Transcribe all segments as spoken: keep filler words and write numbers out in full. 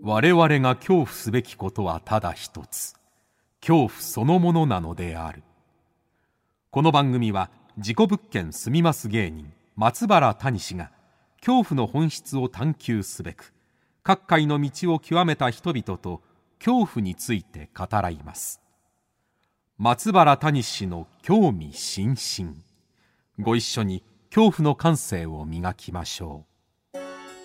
我々が恐怖すべきことはただ一つ、恐怖そのものなのである。この番組は事故物件住みます芸人松原谷氏が恐怖の本質を探求すべく各界の道を極めた人々と恐怖について語らいます。松原谷氏の興味津々、ご一緒に恐怖の感性を磨きましょう。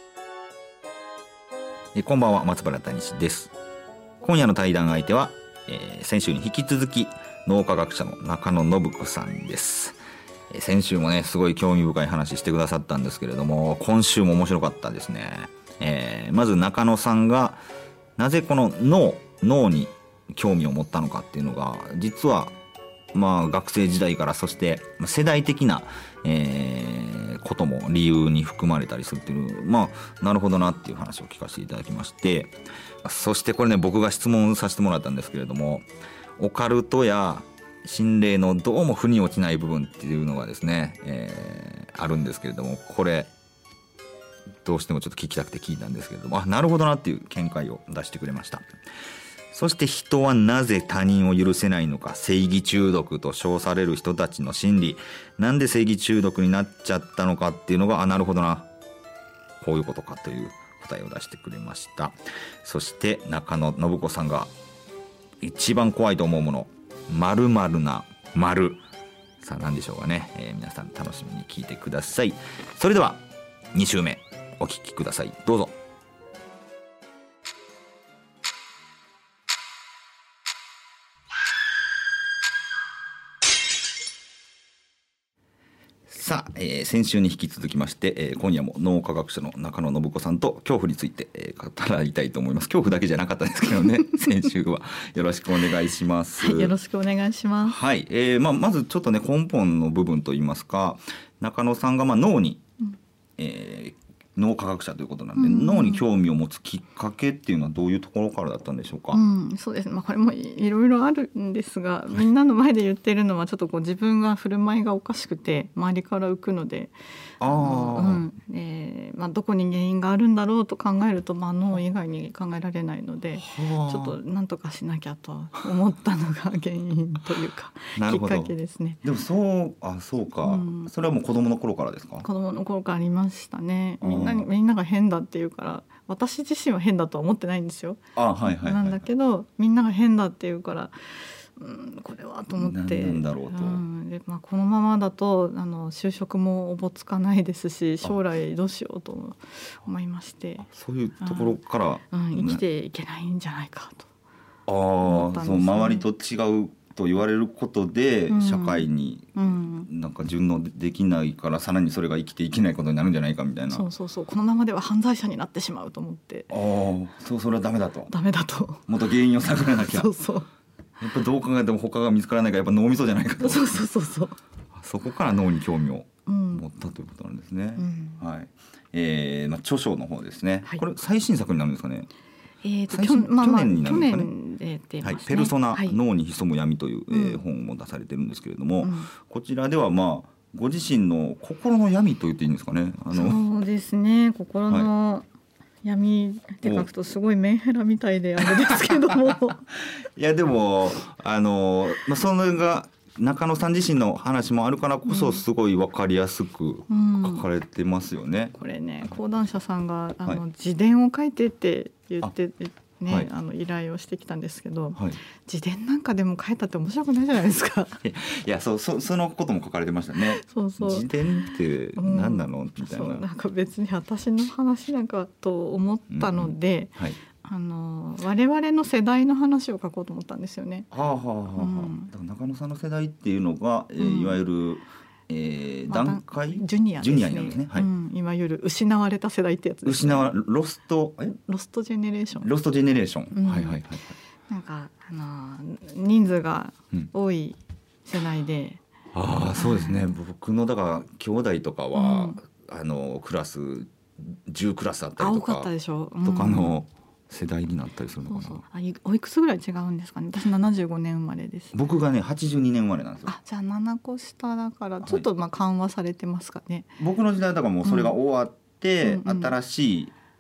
えこんばんは、松原谷氏です。今夜の対談相手は、えー、先週に引き続き脳科学者の中野信子さんです。えー、先週もねすごい興味深い話してくださったんですけれども、今週も面白かったですね。えー、まず中野さんがなぜこの脳脳に興味を持ったのかっていうのが、実はまあ学生時代から、そして世代的な、えー、ことも理由に含まれたりするっていう、まあなるほどなっていう話を聞かせていただきまして、そしてこれね僕が質問させてもらったんですけれども、オカルトや心霊のどうも腑に落ちない部分っていうのがですね、えー、あるんですけれども、これどうしてもちょっと聞きたくて聞いたんですけれども、あ、なるほどなっていう見解を出してくれました。そして人はなぜ他人を許せないのか、正義中毒と称される人たちの心理、なんで正義中毒になっちゃったのかっていうのが、あ、なるほどな、こういうことかという答えを出してくれました。そして中野信子さんが一番怖いと思うもの、〇〇な〇、さあ何でしょうかね、えー、皆さん楽しみに聞いてください。それではに週目お聞きください、どうぞ。さあ、えー、先週に引き続きまして、えー、今夜も脳科学者の中野信子さんと恐怖について、えー、語りたいと思います。恐怖だけじゃなかったですけどね先週はよろしくお願いします。 はい、よろしくお願いします。 はい、えーまあ、まずちょっとね根本の部分といいますか、中野さんがまあ脳に、うんえー脳科学者ということなんで、うん、脳に興味を持つきっかけっていうのはどういうところからだったんでしょうか。 うん、そうですね、まあ、これも い, いろいろあるんですが、みんなの前で言ってるのはちょっとこう自分が振る舞いがおかしくて周りから浮くので、あ、うんえーまあ、どこに原因があるんだろうと考えると、まあ、脳以外に考えられないので、ちょっと何とかしなきゃと思ったのが原因というかきっかけですね。 でもそうあそうか、うん、それはもう子供の頃からですか。 子供の頃からありましたね。みんなみんなが変だっていうから、私自身は変だとは思ってないんですよ。 あ、はいはいはい、 なんだけどみんなが変だっていうから、うん、これはと思って、 なんだろうと、 うんでまあ、このままだとあの就職もおぼつかないですし、将来どうしようと思いまして、 そういうところから、 うん、生きていけないんじゃないかと思ったんですね。あ、そう周りと違うと言われることで、うん、社会になんか順応できないから、さらにそれが生きていけないことになるんじゃないかみたいな。 そうそうそう、このままでは犯罪者になってしまうと思って、 ああ、そう、それはダメだとダメだともっと原因を探らなきゃそうそう、 やっぱどう考えても他が見つからないから、やっぱ脳みそじゃないかと。 そうそうそうそう、 そこから脳に興味を持ったということなんですね。うん、はい、えーまあ、著書の方ですね、はい、これ最新作になるんですかね。 えー、と去, まあまあ、 去年になるんですかね。 去年で出ますね。 はい、ペルソナ、 はい、 脳に潜む闇という、えー、本を出されてるんですけれども、うん、こちらではまあご自身の心の闇と言っていいんですかね。あのそうですね、心の闇って書くとすごいメンヘラみたいであれですけどもいやでもあの、まあ、それが中野さん自身の話もあるからこそ、すごい分かりやすく書かれてますよね。 うん、これね、講談社さんがあの、はい、自伝を書いてって言ってね、はい、あの依頼をしてきたんですけど、はい、自伝なんかでも書いたって面白くないじゃないですかいや、そう、そ、そのことも書かれてましたね。そうそう、自伝って何なの、うん、みたいな。 そう、なんか別に私の話なんかと思ったので、うん、はい、あの我々の世代の話を書こうと思ったんですよね。 はあはあはあ、うん、だから中野さんの世代っていうのが、えー、いわゆる、えー、段階、 ジュニアですね。 ジュニアになるんですね。はい、うん、 いわゆる失われた世代ってやつですね。 失わロストえロストジェネレーション。 ロストジェネレーション。うん、はいはいはい。 なんかあの人数が多い世代で。 うん、ああ、そうですね。僕のだから兄弟とかは、うん、あのクラスじゅうクラスあったりとか。 多かったでしょ。うん、 とかの世代になったりするのかな。そうそう、 あ、おいくつぐらい違うんですかね。私ななじゅうごねん生まれです。 僕がねはちじゅうにねん生まれなんですよ。 あ、じゃあななこ下だからちょっとまあ緩和されてますかね。 はい、僕の時代だからもうそれが終わって、うんうん、新しい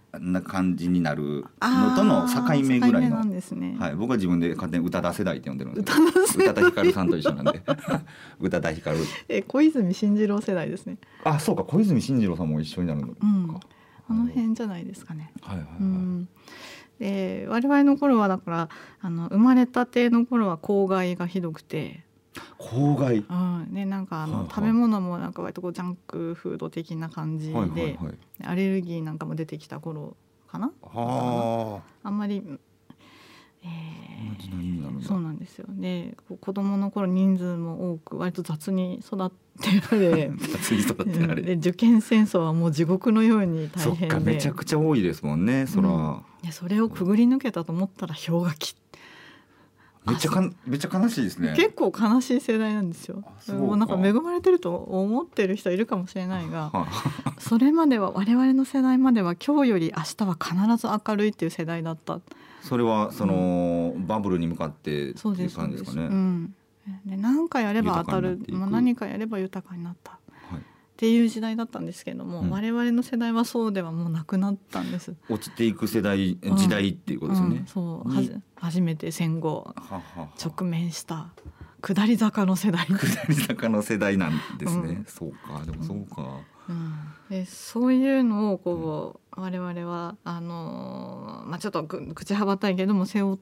な感じになるのとの境目ぐらいの、 なんですね、 はい、僕は自分で勝手に宇多田世代って呼んでるんですけど、宇多田ヒカルさんと一緒なんで宇多田ヒカルえ小泉進次郎世代ですね。 あ、そうか、小泉進次郎さんも一緒になるのか、 うん、あの辺じゃないですかね。 はいはいはい、 うん、で我々の頃はだからあの生まれたての頃は公害がひどくて、 公害、 うん、でなんかあの、 はいはい、 食べ物もなんか割とこうジャンクフード的な感じで、はいはいはい、アレルギーなんかも出てきた頃かな。はあ、あんまり、えー、そうなんですよ。で子供の頃人数も多く割と雑に育ってられ雑に育ってられで受験戦争はもう地獄のように大変で、 そっか、めちゃくちゃ多いですもんね、そら、うん、 いやそれをくぐり抜けたと思ったら氷河期、 めっちゃかめっちゃ悲しいですね。 結構悲しい世代なんですよ。もうなんか恵まれてると思ってる人いるかもしれないがそれまでは我々の世代までは今日より明日は必ず明るいっていう世代だった。 それはその、うん、バブルに向かってっていう感じですかね。 うん、で何かやれば当たる、まあ、何かやれば豊かになった、はい、っていう時代だったんですけども、うん、我々の世代はそうではもうなくなったんです。 落ちていく世代時代っていうことですよね、 うんうん、そうはじ初めて戦後直面した下り坂の世代下り坂の世代なんですね、うん、そうか、でもそうか、 うん、でそういうのをこう、うん、我々はあのーまあ、ちょっと口はばたいけども背負って、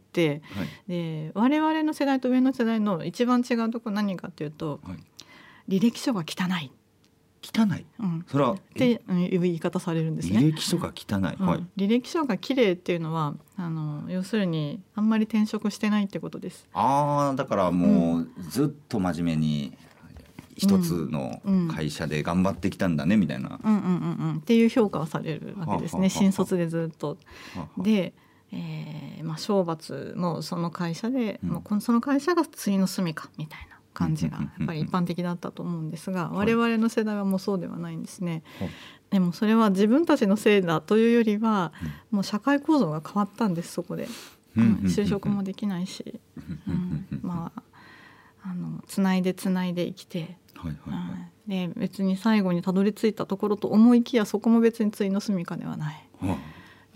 はい、で我々の世代と上の世代の一番違うところ何かというと、はい、履歴書が汚い汚い、うん、それはっていう言い方されるんですね。 履歴書が汚い、うん、はい、 履歴書が綺麗っていうのはあの要するにあんまり転職してないってことです。 ああ、だからもうずっと真面目に一つの会社で頑張ってきたんだねみたいな、 うんうんうんうん、っていう評価をされるわけですね。新卒でずっとで、えーまあ、賞罰もその会社で、うん、もうその会社が終の住処みたいな感じがやっぱり一般的だったと思うんですが、我々の世代はもうそうではないんですね、はい、でもそれは自分たちのせいだというよりは、うん、もう社会構造が変わったんです。そこで、うん、就職もできないし、うん、まああのつないでつないで生きて、はいはいはい、で別に最後にたどり着いたところと思いきやそこも別に終の住処ではない、はい、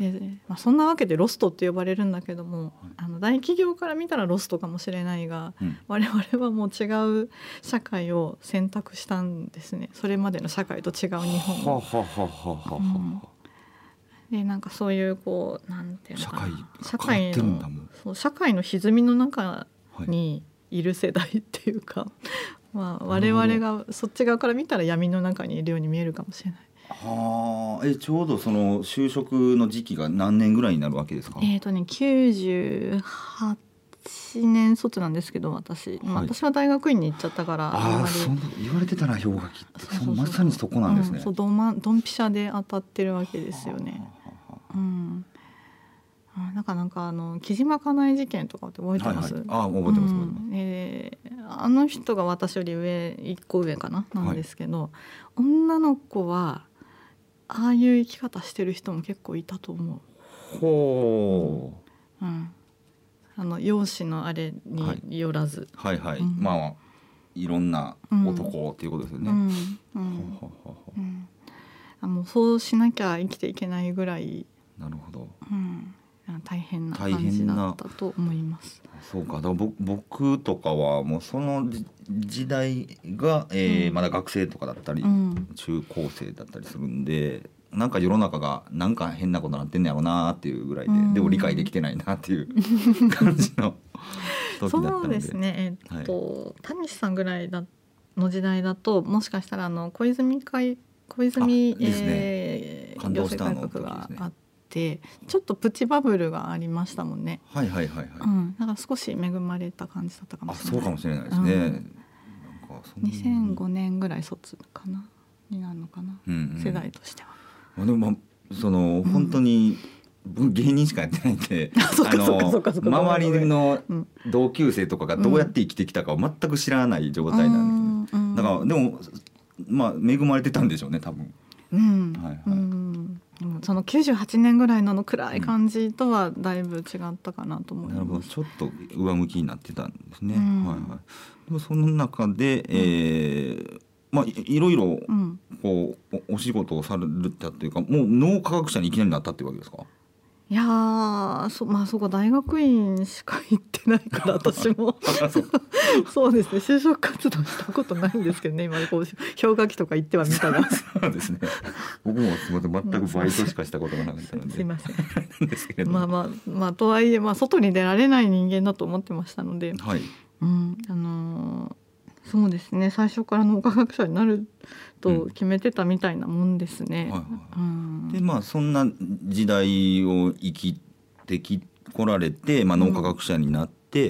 でまあ、そんなわけでロストって呼ばれるんだけども、あの大企業から見たらロストかもしれないが、うん、我々はもう違う社会を選択したんですね。それまでの社会と違う日本を、うん、でなんかそういうこうなんていうのかな、社会のそう社会の歪みの中にいる世代っていうか、まあ、我々がそっち側から見たら闇の中にいるように見えるかもしれない。 はあ、えちょうどその就職の時期が何年ぐらいになるわけですか？ えーとね、きゅうじゅうはちねん卒なんですけど私、まあ、私は大学院に行っちゃったから、 ああ、そんな言われてたな、氷河期ってそまさにそこなんですね、うん、 そうドンドンピシャで当たってるわけですよね。うん、なんかなんかあの木島かなえ事件とかって覚えてます？ はいはい、あ覚えてます、うん、 えー、あの人が私より上いっこ上かななんですけど、はい、女の子はああいう生き方してる人も結構いたと思う。 ほう、うん、あの容姿のあれによらず、 はい、はいはい、うん、まあいろんな男っていうことですよね。うんうんうん、あもうそうしなきゃ生きていけないぐらい、 なるほど、 うん、大変な感じだったと思います。 そうか、だから僕とかはもうその時代が、えーうん、まだ学生とかだったり、うん、中高生だったりするんで、なんか世の中がなんか変なことになってんねやろうなっていうぐらいで、うん、でも理解できてないなっていう感じの時だったのでそうですね、えっと、はい、谷さんぐらいだの時代だともしかしたらあの小泉会小泉、ねえー、行政改革があって、ちょっとプチバブルがありましたもんね。 はいはいはいはい、 うん、だから少し恵まれた感じだったかもしれない。 あ、そうかもしれないですね、うん、なんかそんにせんごねんぐらい卒かなになるのかな、うんうん、世代としては。 でも、まあ、その本当に、うん、芸人しかやってないんで、あの周りの同級生とかがどうやって生きてきたかを全く知らない状態なんですよ、うん、だからでもまあ恵まれてたんでしょうね多分、うんはいはい、うん、 そのきゅうじゅうはちねんぐらいのの暗い感じとはだいぶ違ったかなと思います、 うん、なるほど、ちょっと上向きになってたんですね、うん、はいはい、でもその中で、えーまあ、い, いろいろうんこう お, お仕事をされたというか、もう脳科学者にいきなりなったっていうわけですか？ いやーそまあそうか大学院しか行ってないから私もそうですね就職活動したことないんですけどね今こう氷河期とか行ってはみたがそうですね僕もすみません全くバイトしかしたことがなかったので、 すいませんなんですけれども、 まあまあまあとはいえ、まあ、外に出られない人間だと思ってましたので、 はい、 うんあのーそうですね最初から脳科学者になると決めてたみたいなもんですね。 はいはいうんでまあそんな時代を生きてきこられて、まあ、脳科学者になって、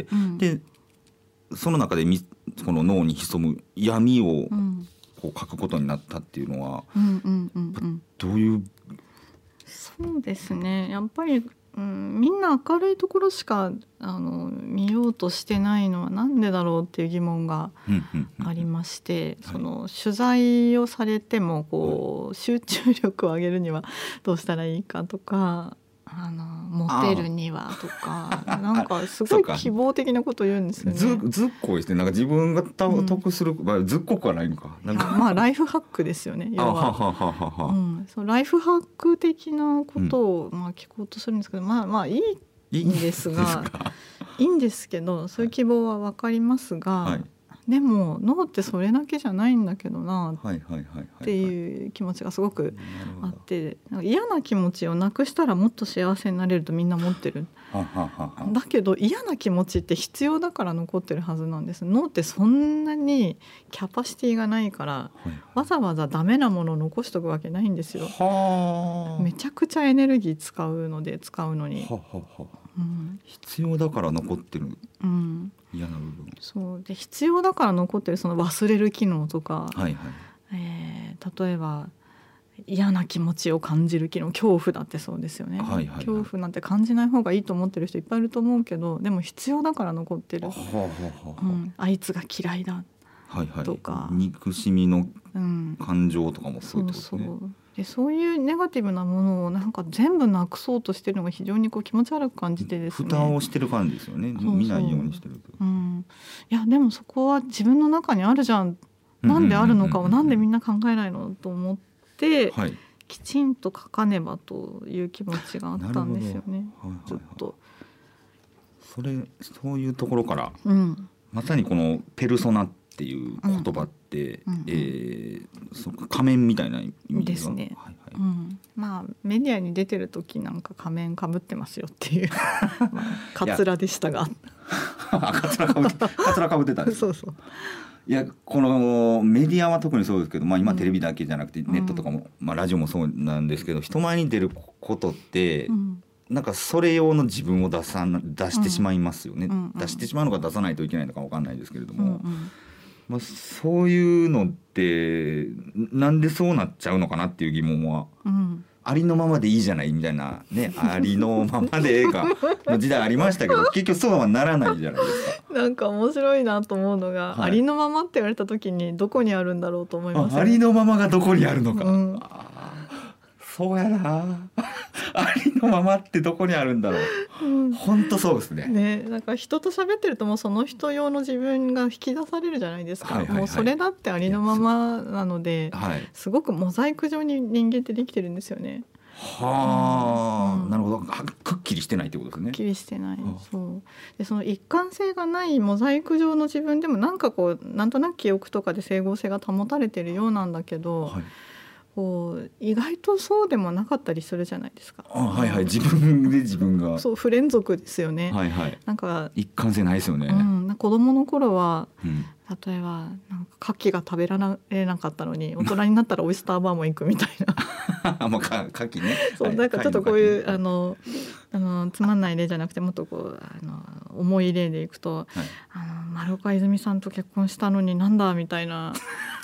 うん、 でその中でみこの脳に潜む闇をうんこう書くことになったっていうのは、 うんうんうんうん、 どういう、 そうですねやっぱり、うん、みんな明るいところしかあの見ようとしてないのはなんでだろうっていう疑問がうんうんうんありまして、 はいその取材をされてもこう集中力を上げるにはどうしたらいいかとかあのモテるにはとかなんかすごい希望的なことを言うんですよね。 ずずっこいですね。なんか自分がたうん得する、まあ、ずっこくはないのかなんかまあライフハックですよね要あはは。 はははは、 うん、そのライフハック的なことを、まあ聞こうとするんですけど、まあまあいいいいんですがですかいいんですけどそういう希望は分かりますが、 はいでも脳ってそれだけじゃないんだけどなはいはいはいはいはいっていう気持ちがすごくあなるほどってなんか嫌な気持ちをなくしたらもっと幸せになれるとみんな思ってる。 ははははだけど嫌な気持ちって必要だから残ってるはずなんです。脳ってそんなにキャパシティがないからはいわざわざダメなものを残しとくわけないんですよ。 はあめちゃくちゃエネルギー使うので使うのに、 はははうん必要だから残ってるうん、 嫌な部分そうで必要だから残ってるその忘れる機能とか、 はいはいえー例えば嫌な気持ちを感じる機能恐怖だってそうですよね、 はいはいはい恐怖なんて感じない方がいいと思ってる人いっぱいいると思うけどでも必要だから残ってる、 はあはあはあうん、あいつが嫌いだ、 はいはいとか憎しみのうん、 感情とかもそういうそうそうことですね。 でそういうネガティブなものをなんか全部なくそうとしてるのが非常にこう気持ち悪く感じてですね蓋をしてる感じですよね。 そうそう見ないようにしてると。 うん、いやでもそこは自分の中にあるじゃんなんであるのかをなんでみんな考えないのと思ってはい。 きちんと書かねばという気持ちがあったんですよねはいはいはいちょっと、 それそういうところからうんまさにこのペルソナっていう言葉って、 うんうんえーそうか仮面みたいな意味ですねはいはいうん、まあメディアに出てる時なんか仮面かぶってますよっていうまあカツラでしたがあカツラかぶってカツラかぶってたんです。 そうそういやこのメディアは特にそうですけど、まあ、今うんテレビだけじゃなくてネットとかも、まあ、ラジオもそうなんですけど人前に出ることって、 うんなんかそれ用の自分を出さな出してしまいますよね、 うんうん出してしまうのか出さないといけないのか分かんないですけれども、 うんうんまあ、そういうのってなんでそうなっちゃうのかなっていう疑問はうんありのままでいいじゃないみたいなねありのままでがの時代ありましたけど結局そうはならないじゃないですか。 なんか面白いなと思うのが、 はいありのままって言われた時にどこにあるんだろうと思いますあありのままがどこにあるのか、 うんあそうやなありのままってどこにあるんだろううん本当そうですね。 ね、なんか人と喋ってるともうその人用の自分が引き出されるじゃないですか、 はいはいはいもうそれだってありのままなのではいすごくモザイク状に人間ってできてるんですよね。 はあ、 うんなるほどはくっきりしてないってことですね。 はっきりしてないあそうでその一貫性がないモザイク状の自分でもなんかこうなんとなく記憶とかで整合性が保たれてるようなんだけど、 はいこう意外とそうでもなかったりするじゃないですか。 あはいはい自分で自分がそう不連続ですよね、 はいはいなんか、 一貫性ないですよね。 うん、なんか子供の頃はうん例えばなんか牡蠣が食べられなかったのに大人になったらオイスターバーも行くみたいなまあか牡蠣ね。 そうはいなんかちょっとこういう貝あのあのつまんない例じゃなくてもっとこうあの重い例でいくと、 はいあの丸岡泉さんと結婚したのになんだみたいな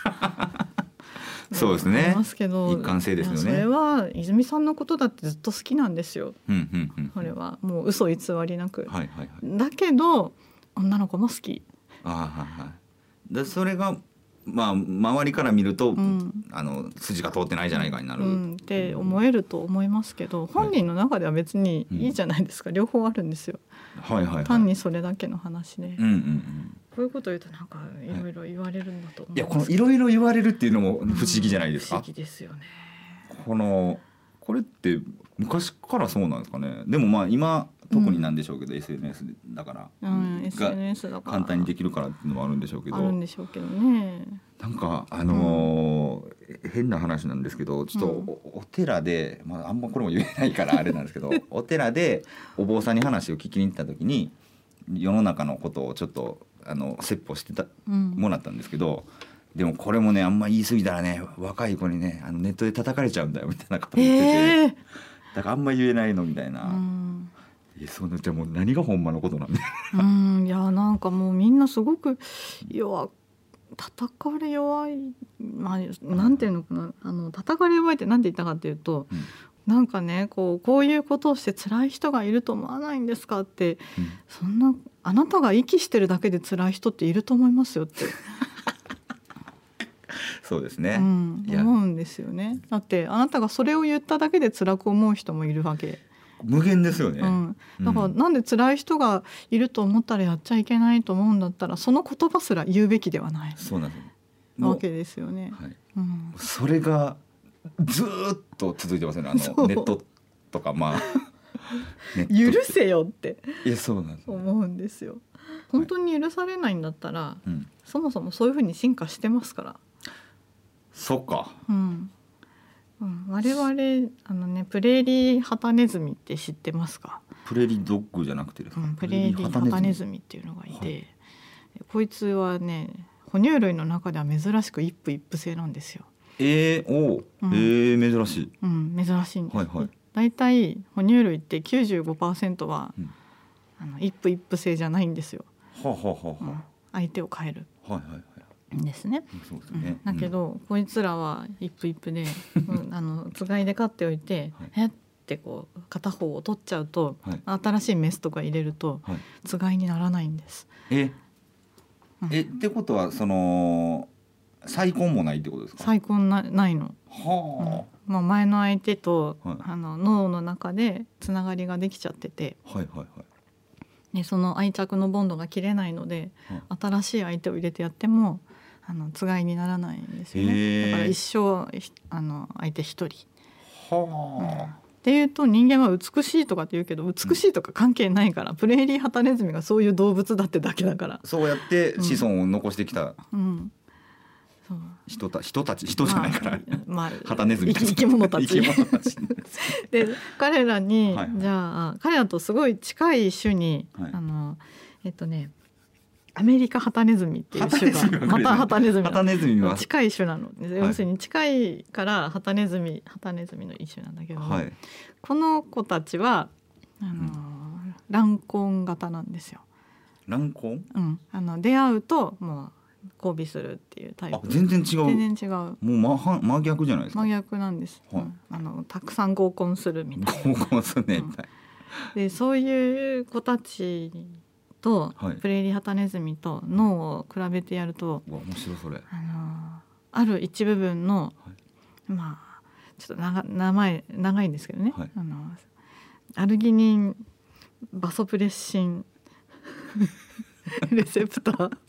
そうですねありますけど一貫性ですよねいやそれは泉さんのことだってずっと好きなんですよ。 うんうんうんこれはもう嘘偽りなく、 はいはいはいだけど女の子も好き。 あはいはいでそれがまあ周りから見ると、 うん、 あの筋が通ってないじゃないかになる、 うん、って思えると思いますけど、本人の中では別にいいじゃないですか、はい、両方あるんですよ、 はいはいはい、 単にそれだけの話で、 うんうんうん、 こういうこと言うとなんかいろいろ言われるんだと思う、 いやこのいろいろ言われるっていうのも不思議じゃないですか、 うん、不思議ですよね。 このこれって昔からそうなんですかね。でもまあ今特になんでしょうけど、うん、エスエヌエス だから、うん、エスエヌエス だから簡単にできるからっていうのもあるんでしょうけど、 あるんでしょうけどね。 なんかあのーうん、変な話なんですけど、ちょっと お,、お寺で、まあ、あんまこれも言えないからあれなんですけどお寺でお坊さんに話を聞きに行った時に世の中のことをちょっとあの説法してた、うん、もらったんですけど、でもこれもねあんま言い過ぎたらね若い子にねあのネットで叩かれちゃうんだよみたいなこと言ってて、えー、だからあんま言えないのみたいな、うん、いやそうなっちゃう、もう何がほんまのことなんだうん、いやなんかもうみんなすごく弱叩かれ弱い、まあ、なんていうのかな、あの叩かれ弱いってなんて言ったかっていうと、うん、なんかねこう、こういうことをして辛い人がいると思わないんですかって、うん、そんなあなたが息してるだけで辛い人っていると思いますよってそうですね、 うん、思うんですよね。だってあなたがそれを言っただけで辛く思う人もいるわけ、 無限ですよね、 うん、だからなんで辛い人がいると思ったらやっちゃいけないと思うんだったらその言葉すら言うべきではない、 そうなんですわけですよね、 はい、 うん、 それがずっと続いてますよね、あのネットとかまあ許せよっていやそうなんです、ね、 思うんですよ。本当に許されないんだったら、はい、そもそもそういうふうに進化してますから。 そっか、 うんうん、我々あの、ね、プレーリーハタネズミって知ってますか？ プレーリードッグじゃなくてですか？ うん、プレーリーハタネズミっていうのがいて、はい、こいつはね哺乳類の中では珍しく一夫一夫制なんですよ。 えー、おー、うん、えー、珍しい、 うん、珍しいんです、 はいはい、 だいたい哺乳類って きゅうじゅうごパーセント は、うん、あの一夫一夫制じゃないんですよ。 はははは、うん、 相手を変える、 はいはいはいですね。 そうですね、 うん、だけど、うん、こいつらは一夫一夫で、うん、あのつがいで飼っておいて、はい、えってこう片方を取っちゃうと、はい、新しいメスとか入れると、はい、つがいにならないんです。 え、うん、えってことはその再婚もないってことですか？ 再婚なないの。 はあ、 うん、まあ、前の相手と、はい、あの脳の中でつながりができちゃってて、 はいはいはい、 でその愛着のボンドが切れないので、はい、新しい相手を入れてやってもあのつがいにならないんですよね。だから一生あの相手一人、はあ、うん、っていうと人間は美しいとかって言うけど美しいとか関係ないから、うん、プレーリーハタネズミがそういう動物だってだけだから、 そうやって子孫を残してきた、 うんうん、そう人た人たち人じゃないから、 まあ、 ハタネズミ生き物たち生き物たちで彼らに、はい、じゃあ彼らとすごい近い種に、はい、あのえっとねアメリカハタネズミっていう種がまたハタネズミハタネズミは近い種なの、はい、要するに近いからハタネズミハタネズミの一種なんだけど、はい、この子たちはあの、うん、乱婚型なんですよ。 乱婚？ うん、あの出会うともう交尾するっていうタイプ。 あ、全然違う。 全然違う。 もう真真逆じゃないですか。 真逆なんです。はい、うん、あのたくさん合コンするみたいな。 合コンするね、うん、 でそういう子たちと、はい、プレーリーハタネズミと脳を比べてやると、 うわ面白いそれ。 あのある一部分の、はい、まあちょっと長名前長いんですけどね。はい、あのアルギニンバソプレッシンレセプター。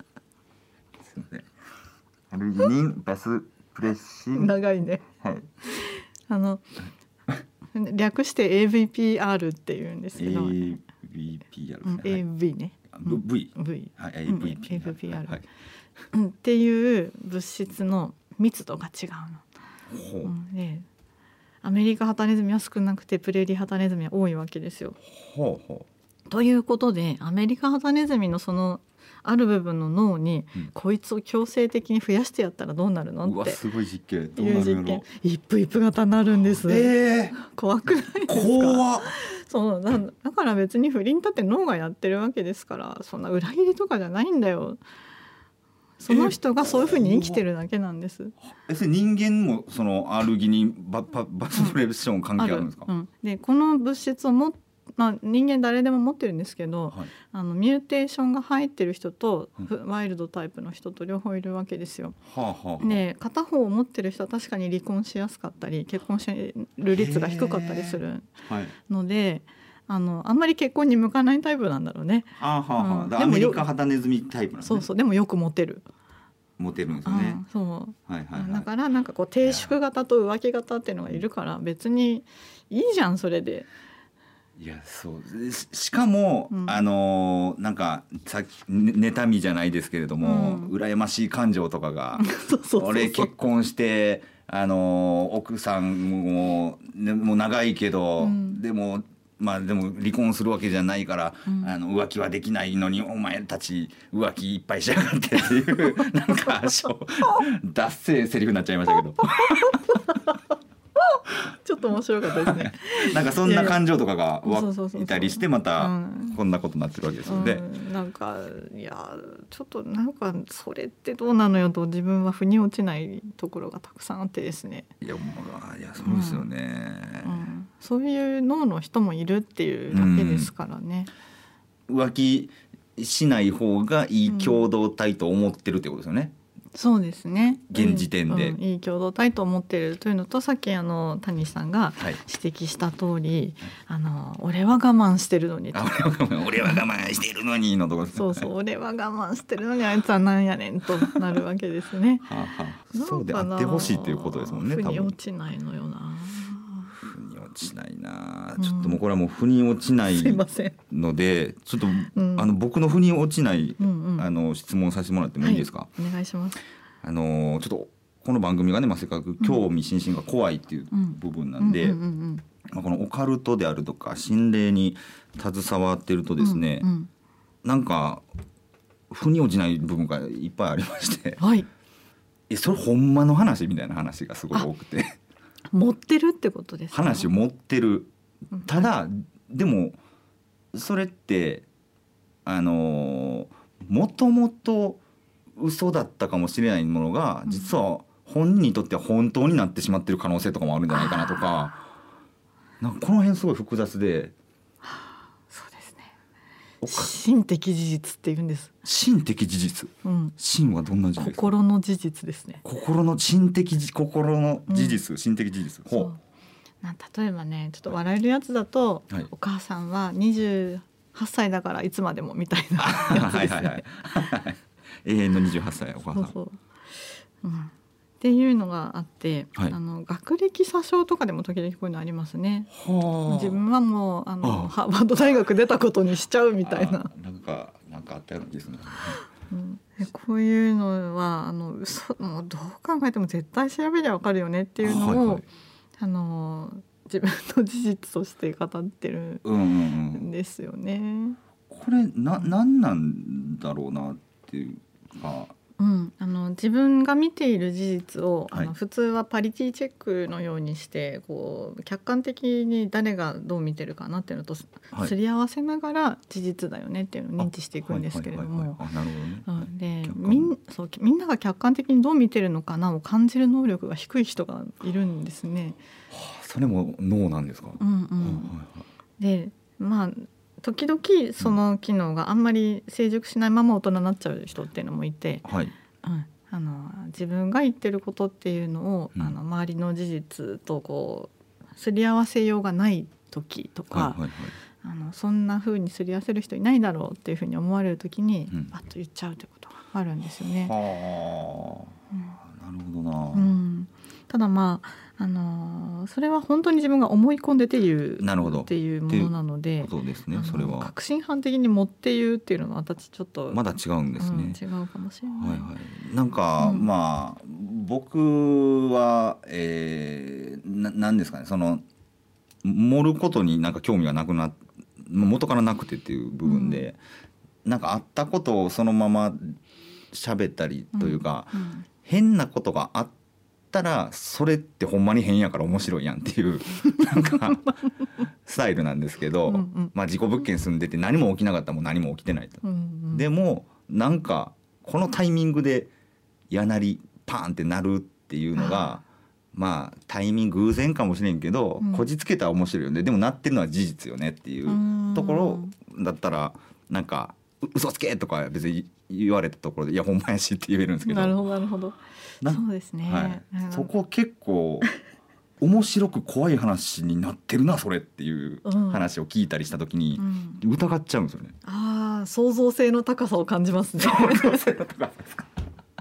アルギニンバスプレッシン長いね、はい、あの略して エーブイピーアール っていうんですけど エーブイピーアール、うん、エーブイ ね V、 V、 はい、エーブイピーアール、 はい、っていう物質の密度が違うの。ほう、うん、でアメリカハタネズミは少なくてプレーリーハタネズミは多いわけですよ。 ほうほう。 ということでアメリカハタネズミのそのある部分の脳に、うん、こいつを強制的に増やしてやったらどうなるのって、 うわすごい実験、 どうなるの？いう実験、一夫一夫型になるんです。 えー、 怖くないですか？ 怖っ。 そうだ、だから別に不倫だって脳がやってるわけですから、そんな裏切りとかじゃないんだよ。その人がそういうふうに生きてるだけなんです。 え、それ人間もそのアルギニンバババスプレッション関係あるんですか？ うんうん、でこの物質をもまあ、人間誰でも持ってるんですけど、 はい、 あのミューテーションが入ってる人と、うん、ワイルドタイプの人と両方いるわけですよ。 はあはあ、 で片方を持ってる人は確かに離婚しやすかったり結婚しる率が低かったりするので、はい、あのあんまり結婚に向かないタイプなんだろうね。 はあはあはあ、うん、アメリカ肌ネズミタイプなんですね。 そうそう、でもよくモテるモテるんですよね。 そう、 はいはいはい、 だからなんかこう低粛型と浮気型っていうのがいるから別にいいじゃんそれで。 いやそうし, しかも、うん、あのー、なんかさっき妬みじゃないですけれども、うん、羨ましい感情とかがそうそうそうそう、俺結婚してあのー、奥さんも、ね、もう長いけど、うん、でもまあでも離婚するわけじゃないから、うん、あの浮気はできないのにお前たち浮気いっぱいしやがってっていうなんかダッセーセリフになっちゃいましたけどちょっと面白かったですねなんかそんな感情とかがいたりしてまたこんなことになってるわけですよね、 うん、なんかいやちょっとなんかそれってどうなのよと自分は腑に落ちないところがたくさんあってですね。 いやもういやそうですよね、 うんうん、そういう脳の人もいるっていうだけですからね、 うん、浮気しない方がいい共同体と思ってるってことですよね、 うん、そうですね、 現時点で、 うんうん、いい共同体と思っているというのとさっきあの谷さんが指摘した通り、はい、あの俺は我慢してるのに俺は我慢してるのにのところそうそう俺は我慢してるのにあいつはなんやねんとなるわけですねはあ、はあ、そうであってほしいっていうことですもんね。 腑に落ちないのよな。 腑に落ちないな、ちょっともうこれはもう腑に落ちないので、ちょっと、うん、あの僕の腑に落ちない、うんうん、あの質問させてもらってもいいですか。 はい、お願いします。 あのちょっとこの番組がね、まあ、せっかく興味津々が怖いっていう部分なんで、まあ、このオカルトであるとか心霊に携わってるとですね、うんうん、なんか腑に落ちない部分がいっぱいありまして、 はい、 えそれほんまの話みたいな話がすごい多くて持ってるってことですか。 話を持ってる。ただ、うん、でもそれってあのもともと嘘だったかもしれないものが実は本人にとっては本当になってしまってる可能性とかもあるんじゃないかなとか、なんかこの辺すごい複雑で、 はあ、そうですね、心的事実って言うんです。 心的事実、うん、心はどんな事実ですか。 心の事実ですね。 心の心的心の事実、うん、心的事実、ほう。 な例えばね、ちょっと笑えるやつだと、はい、お母さんはにじゅうはっさいだからいつまでもみたいなやつですね。はいはいはい永遠のにじゅうはっさいお母さん。そうそう、 うん、っていうのがあって、はい、あの学歴詐称とかでも時々こういうのありますね。は自分はもうあのハーバード大学出たことにしちゃうみたいな。 なんかなんかあったような気がする、 うん、こういうのはあの嘘もうどう考えても絶対調べりゃ分かるよねっていうのを、はいはい、あの自分の事実として語ってるんですよね。うんうんうん、 これな何なんだろうなっていうか。 うん、あの自分が見ている事実を、はい、あの普通はパリティチェックのようにしてこう客観的に誰がどう見てるかなっていうのと、はい、すり合わせながら事実だよねっていうのを認知していくんですけれども、でみんそうみんなが客観的にどう見てるのかなを感じる能力が低い人がいるんですね。 はあ、それも脳なんですか。 うんうん、はいはい、でまあ時々その機能があんまり成熟しないまま大人になっちゃう人っていうのもいて、はいうん、あの自分が言ってることっていうのを、うん、あの周りの事実とこうすり合わせようがない時とか、はいはいはい、あのそんな風にすり合わせる人いないだろうっていう風に思われる時に、うん、パッと言っちゃうということがあるんですよね。 はあ、うん、なるほどな、 うん、ただまああのー、それは本当に自分が思い込んでて言うっていうものなので、 そうですね、それは確信犯的に持って言うっていうのは私ちょっとまだ違うんですね、 うん、違うかもしれない、 はいはい、なんか、うん、まあ僕は、えー、ななんですかね、その盛ることになんか興味がなくな元からなくてっていう部分で、うん、なんかあったことをそのまま喋ったりというか、うんうん、変なことがあってたらそれってほんまに変やから面白いやんっていうなんかスタイルなんですけど、うんうん、まあ事故物件住んでて何も起きなかったらもう何も起きてないと、うんうん、でもなんかこのタイミングでやなりパーンってなるっていうのがまあタイミング偶然かもしれんけど、うん、こじつけたら面白いよね、でもなってるのは事実よねっていうところだったらなんか嘘つけとか別に言われたところでいやほんまやしって言えるんですけど。 なるほどなるほど。そうですね、はい、 そこ結構面白く怖い話になってるなそれっていう話を聞いたりした時に疑っちゃうんですよね、 うん、ああ創造性の高さを感じますね。 創造性の高さですか。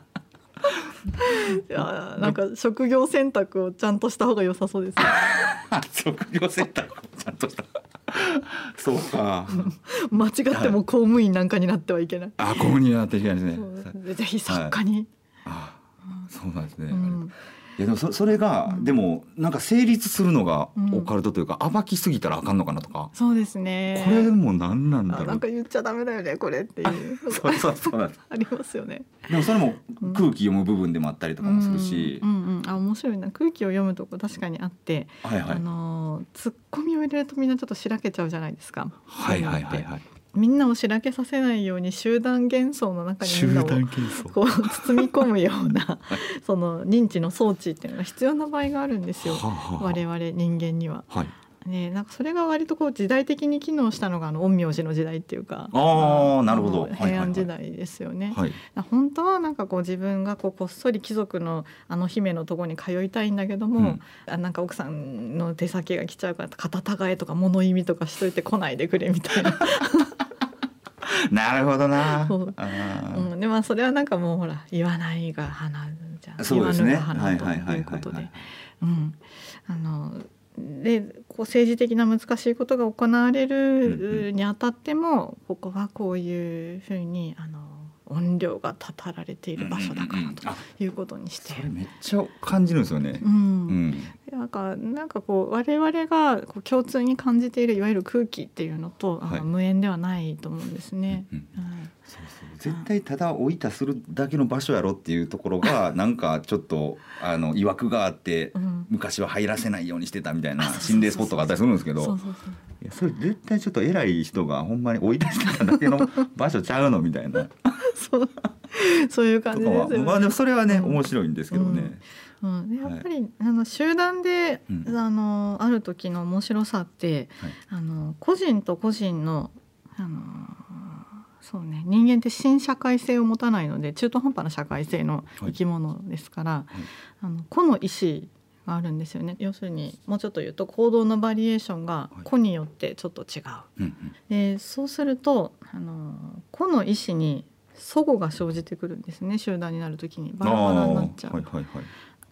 いやなんか職業選択をちゃんとした方が良さそうですね。 職業選択をちゃんとしたそうか間違っても公務員なんかになってはいけない。 あ公務員になってはいけないですね。ぜひ作家に、はい、 あそうなんですね、うんいやでも そ, それが、うん、でもなんか成立するのがオカルトというか、うん、暴きすぎたらあかんのかなとか。 そうですね。 これも何なんだろう。 なんか言っちゃダメだよねこれっていうそうそうそうなんですありますよね。 でもそれも空気読む部分でもあったりとかもするし、 うんうんうん、あ面白いな空気を読むとこ確かにあって、はいはい、あのツッコミを入れるとみんなちょっとしらけちゃうじゃないですか。 はいはいはいはい。 みんなをしらけさせないように集団幻想の中にみんなをこう包み込むようなその認知の装置っていうのが必要な場合があるんですよ、はあはあ、我々人間には、はいね、なんかそれが割とこう時代的に機能したのがあの陰陽師の時代っていうかあなるほど平安時代ですよね、はいはいはい、本当はなんかこう自分がこうこっそり貴族のあの姫のところに通いたいんだけども、うん、なんか奥さんの手先が来ちゃうから肩違えとか物意味とかしといて来ないでくれみたいななるほどな。 そうあ、うん、でもそれはなんかもうほら言わないが花じゃん。 そうですね。 言わぬが花ということで、あのでこう政治的な難しいことが行われるにあたっても、うんうん、ここはこういうふうにあの音量がたたられている場所だからということにして、 それめっちゃ感じるんですよね。 うんうん、なんかなんかこう我々がこう共通に感じているいわゆる空気っていうのと、はい、あの無縁ではないと思うんですね。うんうんはい、 そうそう絶対ただ置いたするだけの場所やろっていうところがなんかちょっとあの曰くがあって、うん、昔は入らせないようにしてたみたいな心霊スポットがあったりするんですけど、いやそれ絶対ちょっと偉い人がほんまに置い出してただけの場所ちゃうのみたいなそうそういう感じですよね。 まあでもそれはね、うん、面白いんですけどね。 うんうん、でやっぱり、はい、あの集団で、うん、あのある時の面白さって、はい、あの個人と個人の、あのそうね、人間って新社会性を持たないので中途半端な社会性の生き物ですから、はいはい、あの個の意思があるんですよね。要するにもうちょっと言うと行動のバリエーションが個によってちょっと違う、はいうんうん、でそうするとあの個の意思に齟齬が生じてくるんですね。集団になるときにバラバラになっちゃう、はいはいはい、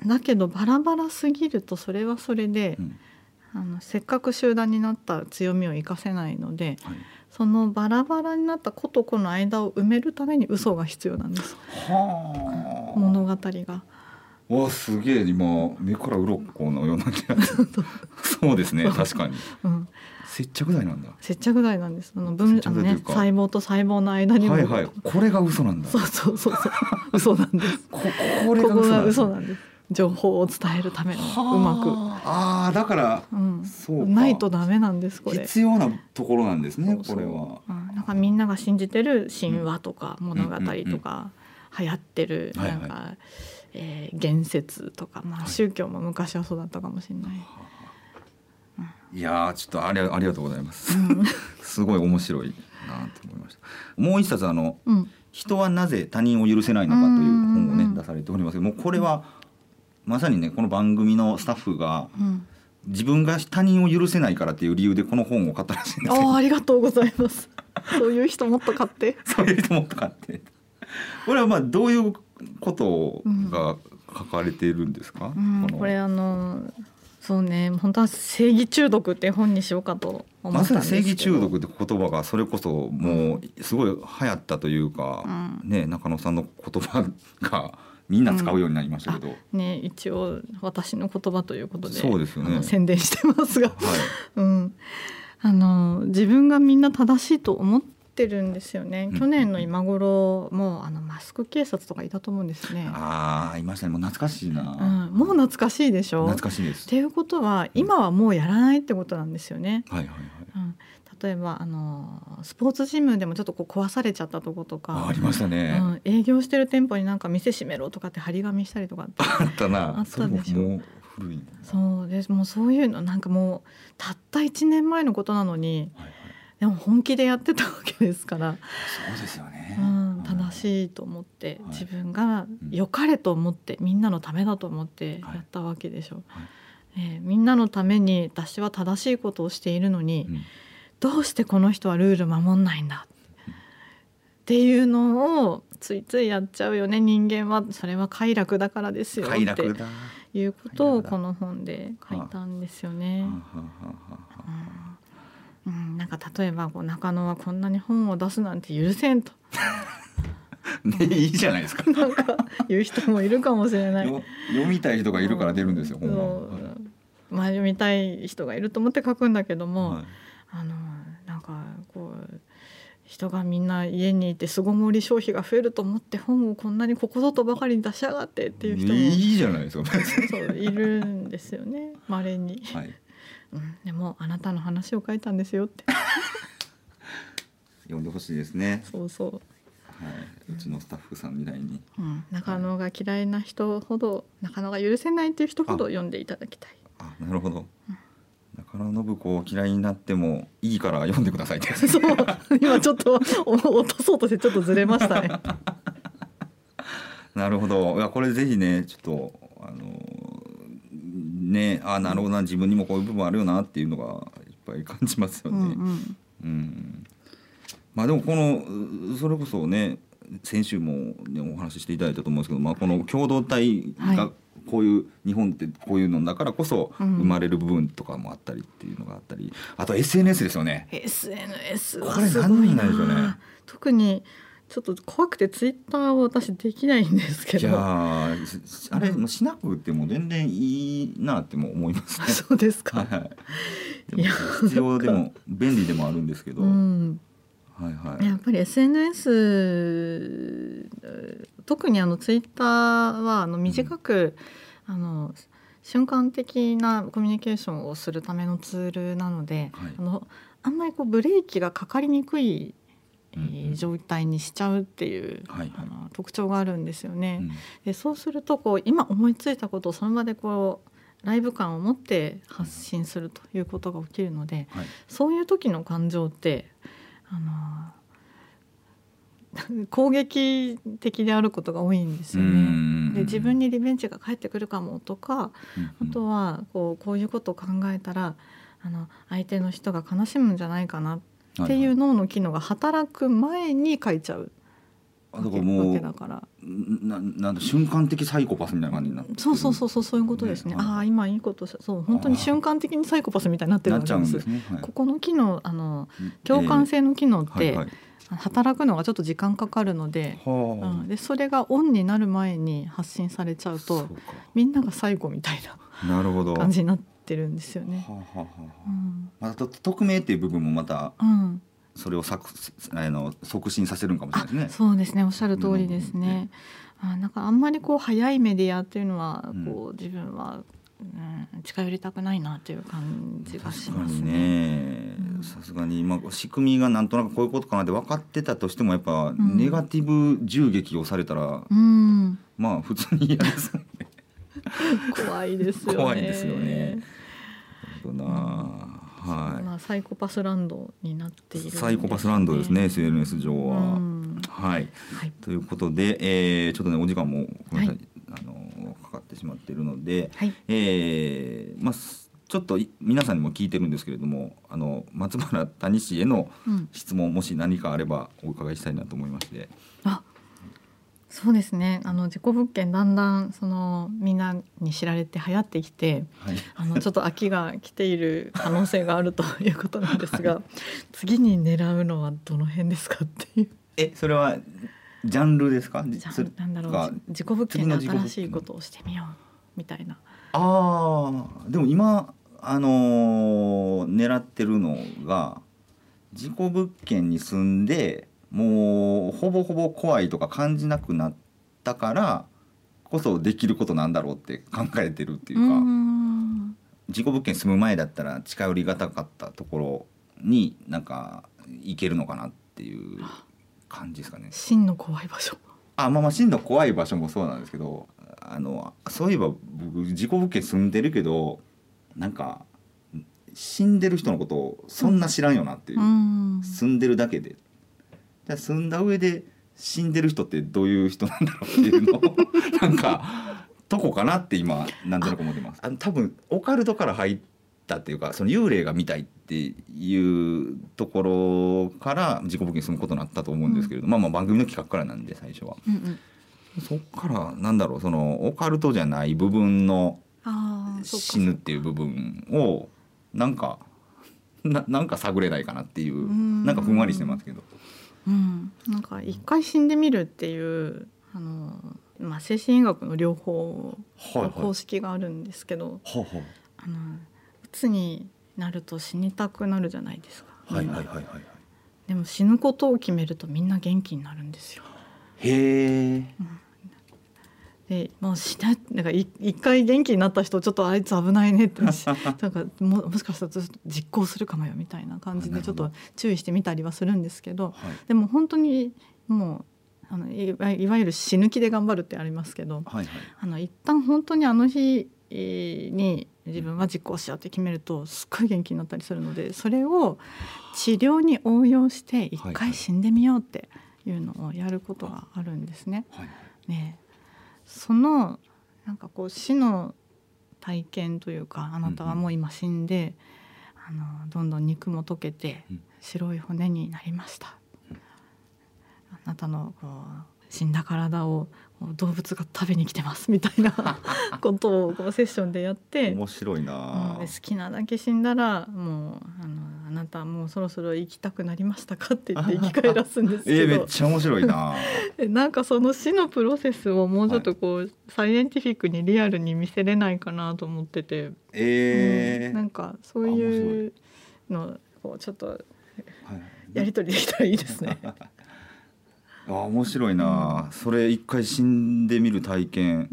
だけどバラバラすぎるとそれはそれで、うん、あのせっかく集団になった強みを生かせないので、はい、そのバラバラになった個と個の間を埋めるために嘘が必要なんです。はあ、物語がわすげえ今目から鱗のような気がするそうですね確かに、うん、接着剤なんだ。 接着剤なんです。あの分あの、ね、細胞と細胞の間にも、 はいはい、これが嘘なんだ。 そうそうそうそう嘘なんですこ, これが嘘なんです、ね、ここが嘘なんです。情報を伝えるためのうまくああだから、うん、そうかないとダメなんです。これ必要なところなんですね。そうそうこれは、 うん、なんかみんなが信じてる神話とか物語とか、うんうんうん、流行ってるなんか、はいはいえー、言説とか、まあ、宗教も昔はそうだったかもしれない、はいうん、いやちょっとあり、ありがとうございます、うん、すごい面白いなと思いました。もう一冊あの、うん、人はなぜ他人を許せないのかという本をね出されておりますけども、これはまさにねこの番組のスタッフが、うん、自分が他人を許せないからっていう理由でこの本を買ったらしいんですよ。 あ, ありがとうございますそういう人もっと買ってそういう人もっと買ってこれはまあどういうことが書かれているんですか。 うんうん、こ, これあのそうね本当は正義中毒って本にしようかと思ったんですけど、まさに正義中毒って言葉がそれこそもうすごい流行ったというか、うんね、中野さんの言葉がみんな使うようになりましたけど、 うんね、一応私の言葉ということでそうですよね、 宣伝してますが、はいうん、あの自分がみんな正しいと思っててるんですよね。去年の今頃もうあのマスク警察とかいたと思うんですね。 ああいましたね。もう懐かしいな、 うん、もう懐かしいでしょ。 懐かしいです。 っていうことは今はもうやらないってことなんですよね、 うん、はいはいはい、 うん、例えばあのスポーツジムでもちょっとこう壊されちゃったとことかあ, ありましたね、 うん、営業してる店舗になんか店閉めろとかって張り紙したりとかってあったな。 あったでしょ。もう古い。 そうです。もうそういうのなんかもうたったいちねんまえのことなのに、はいはい、でも本気でやってたわけですから。 そうですよね、 うん、正しいと思って、はい、自分が良かれと思って、うん、みんなのためだと思ってやったわけでしょ、はいはい、えー、みんなのために私は正しいことをしているのに、うん、どうしてこの人はルール守んないんだっていうのをついついやっちゃうよね。人間はそれは快楽だからですよっていうことをこの本で書いたんですよね。うん、なんか例えばこう中野はこんなに本を出すなんて許せんとね、いいじゃないですか。 なんか言う人もいるかもしれない。 読みたい人がいるから出るんですよ、本は。はい、 まあ読みたい人がいると思って書くんだけども、はい、あのなんかこう人がみんな家にいて巣ごもり消費が増えると思って本をこんなにここぞとばかりに出しやがってっていう人もいいじゃないですか。 そういるんですよね、稀に、はい、うん、でもあなたの話を書いたんですよって読んでほしいですね。そうそう、はい、 うちのスタッフさんみたいに、 うん、中野が嫌いな人ほど、はい、中野が許せないっていう人ほど読んでいただきたい。 ああ、なるほど、うん、中野信子を嫌いになってもいいから読んでくださいってそう今ちょっと落とそうとしてちょっとずれましたねなるほど。いやこれぜひねちょっとあのねあなるほどな、自分にもこういう部分あるよなっていうのがいっぱい感じますよね。うん、うんうん、まあでもこのそれこそね先週も、ね、お話ししていただいたと思うんですけど、まあ、この共同体がこういう、はい、日本ってこういうのだからこそ生まれる部分とかもあったりっていうのがあったり、あと エスエヌエス ですよね。 エスエヌエス はすごいな。これ何なんでしょうね。特にちょっと怖くてツイッターを私できないんですけど。 いやあれもしなくても全然いいなっても思いますね。 そうですか。 はい、でも必要でも便利でもあるんですけど、うんはいはい、 やっぱり エスエヌエス 特にあのツイッターはあの短く、うん、あの瞬間的なコミュニケーションをするためのツールなので、はい、あのあんまりこうブレーキがかかりにくい、うんうん、状態にしちゃうっていう、はいはい、あの特徴があるんですよね。うん、でそうするとこう今思いついたことをその場でこうライブ感を持って発信するということが起きるので、はい、そういう時の感情ってあの攻撃的であることが多いんですよね。で自分にリベンジが返ってくるかもとか、あとはこう、こういうことを考えたらあの相手の人が悲しむんじゃないかなっていう脳の機能が働く前に書いちゃうわけ、わけだからななんだ瞬間的サイコパスみたいな感じになってる。 そうそうそうそうそういうことですね。ねああ今いいことそう本当に瞬間的にサイコパスみたいになってるわけです。ですね、はい、ここの機能あの共感性の機能って、えーはいはい、働くのがちょっと時間かかるので、うん、でそれがオンになる前に発信されちゃうとみんなが最後みたいな感じになってるんですよね。はあはあうん、また匿名っていう部分もまた、うんそれを促あの促進させるんかもしれないですね。 そうですね、おっしゃる通りですね。うん、あなんかあんまりこう早いメディアっていうのはこう、うん、自分は、うん、近寄りたくないなという感じがしますね。 さすがに、まあ、仕組みがなんとなくこういうことかなって分かってたとしてもやっぱ、うん、ネガティブ銃撃をされたら、うん、まあ普通に嫌ですもんね。 怖いですよね。 怖いですよね。なるほどな。 はいまあ、サイコパスランドになっている、ね、 サイコパスランドですね エスエヌエス 上は、はい、はい、ということで、えー、ちょっとねお時間もごめんなさい、はい、あのかかってしまっているので、はいえーまあ、ちょっと皆さんにも聞いてるんですけれどもあの松原谷氏への質問、うん、もし何かあればお伺いしたいなと思いまして。 あそうですねあの事故物件だんだんそのみんなに知られて流行ってきて、はい、あのちょっと飽きが来ている可能性があるということなんですが、はい、次に狙うのはどの辺ですかっていう。 えそれはジャンルですか。 じゃなんだろう事故物件で新しいことをしてみようみたいな。 あでも今、あのー、狙ってるのが事故物件に住んでもうほぼほぼ怖いとか感じなくなったからこそできることなんだろうって考えてるっていうか、うーん事故物件住む前だったら近寄りがたかったところになんか行けるのかなっていう感じですかね。 真の怖い場所。 あまあまあ真の怖い場所もそうなんですけどあのそういえば僕事故物件住んでるけどなんか死んでる人のことをそんな知らんよなっていう、うん、住んでるだけでじゃ住んだ上で死んでる人ってどういう人なんだろうっていうのをなんかとこかなって今なんとなく思ってます。あの多分オカルトから入ったっていうかその幽霊が見たいっていうところから事故物件に住むことになったと思うんですけれど、うん、まあまあ番組の企画からなんで最初は、うんうん、そっからなんだろうそのオカルトじゃない部分の死ぬっていう部分をなんか な, なんか探れないかなっていうなんかふんわりしてますけど、 うん、なんか一回死んでみるっていうあの、まあ、精神医学の療法の公式があるんですけど、はいはい、あの鬱になると死にたくなるじゃないですか、はいはいはいはい、でも死ぬことを決めるとみんな元気になるんですよ。 へー、うんでもうしななんか一回元気になった人ちょっとあいつ危ないねってなんか も, もしかしたら実行するかもよみたいな感じでちょっと注意してみたりはするんですけど、はい、でも本当にもうあの い, いわゆる死ぬ気で頑張るってありますけど、はいはい、あの一旦本当にあの日に自分は実行しようって決めるとすっごい元気になったりするのでそれを治療に応用して一回死んでみようっていうのをやることがあるんですね。はいはい、ねそのなんかこう死の体験というかあなたはもう今死んで、うんうん、あのどんどん肉も溶けて白い骨になりました、うん、あなたのこう死んだ体を動物が食べに来てますみたいなことをこうセッションでやって面白いな、 うん、好きなだけ死んだらもうあのあなたもうそろそろ生きたくなりましたかって言って生き返らすんですけどえー、めっちゃ面白いななんかその死のプロセスをもうちょっとこう、はい、サイエンティフィックにリアルに見せれないかなと思ってて、えーうん、なんかそういうのをちょっとやり取りできたらいいですねあ面白いな、うん、それ一回死んでみる体験、うん、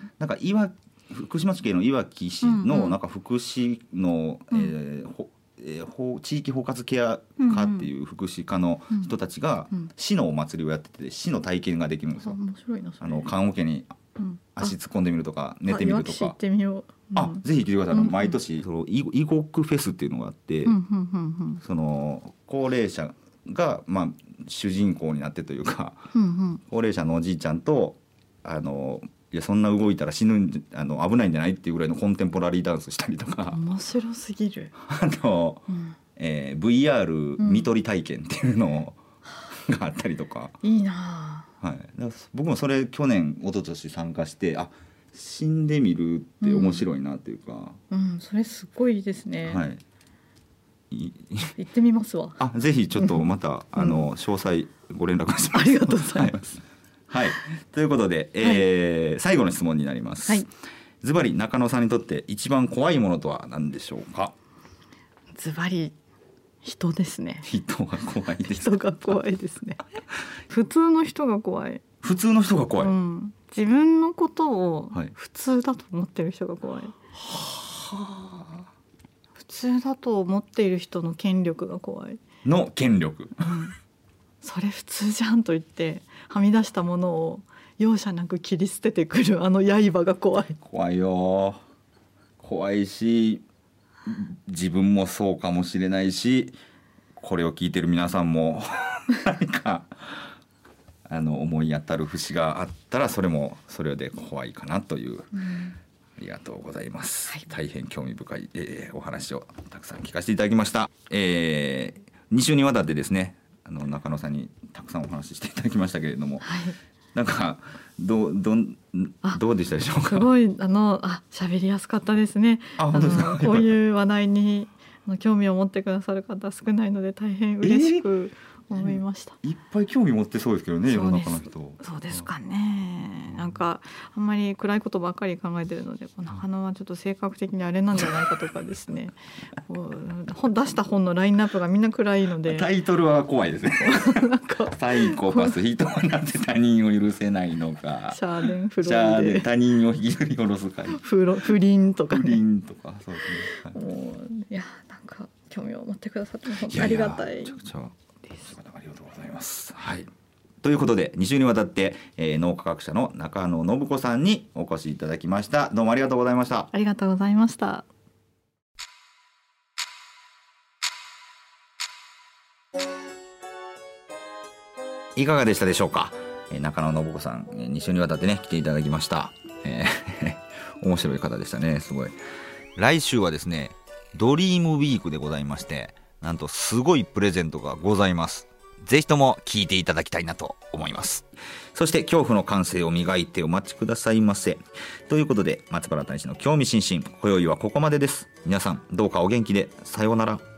なんかいわ福島県のいわき市のなんか福祉の、うんえーほえー、地域包括ケア科っていう福祉科の人たちが死のお祭りをやってて死の体験ができるんですよ。 面白いなそれ。 あの棺桶に足突っ込んでみるとか、うん、寝てみるとか。 行ってみよう、 うん、あぜひ来てください、うんうん、毎年その異国フェスっていうのがあって、うんうんうんうん、その高齢者が、まあ、主人公になってというか、うんうん、高齢者のおじいちゃんとあのいやそんな動いたら死ぬあの危ないんじゃないっていうぐらいのコンテンポラリーダンスしたりとか面白すぎるあの、うんえー、ブイアール 見取り体験っていうのがあったりとか、 うん、いいな、 はい、だ僕もそれ去年一昨年参加してあ死んでみるって面白いなっていうか、 うんうん、それすごいですね、 はい行ってみますわ。 あぜひちょっとまた、うん、あの詳細ご連絡します。 ありがとうございます、 はいはい、ということで、えーはい、最後の質問になります。ズバリ中野さんにとって一番怖いものとは何でしょうか。 ズバリ人ですね。 人が怖いです。 人が怖いですね普通の人が怖い。 普通の人が怖い、うん、 自分のことを普通だと思ってる人が怖い、はい普通だと思っている人の権力が怖い。 の権力、うん、 それ普通じゃんと言ってはみ出したものを容赦なく切り捨ててくるあの刃が怖い。 怖いよ。怖いし自分もそうかもしれないしこれを聞いてる皆さんも何かあの思い当たる節があったらそれもそれで怖いかなという、うんありがとうございます、はい、大変興味深い、えー、お話をたくさん聞かせていただきました、えー、に週にわたってですねあの中野さんにたくさんお話ししていただきましたけれども、はい、なんかど う, ど, どうでしたでしょうか。 すごいあのあ喋りやすかったですね。あ本当ですか。こういう話題に興味を持ってくださる方少ないので大変嬉しく、えー思いました。 いっぱい興味持ってそうですけどね世の中の人。 そうですかね、うん、なんかあんまり暗いことばっかり考えてるので中野はちょっと性格的にあれなんじゃないかとかですね本出した本のラインナップがみんな暗いのでタイトルは怖いですねなんかサイコパス人はなぜ他人を許せないのかシャーデンフローで他人を引きずり下ろす会不倫とかね不倫とかそうですね。もういやなんか興味を持ってくださって本当にありがたい。 いやいやちょちょありがとうございます。はい。 ということでに週にわたって、えー、脳科学者の中野信子さんにお越しいただきました。どうもありがとうございました。 ありがとうございました。 いかがでしたでしょうか。えー、中野信子さんに週にわたってね来ていただきました。えー、面白い方でしたね。すごい。来週はですねドリームウィークでございまして、なんとすごいプレゼントがございます。ぜひとも聞いていただきたいなと思います。そして恐怖の感性を磨いてお待ちくださいませ。ということで松原大使の興味津々、今宵はここまでです。皆さんどうかお元気で。さようなら。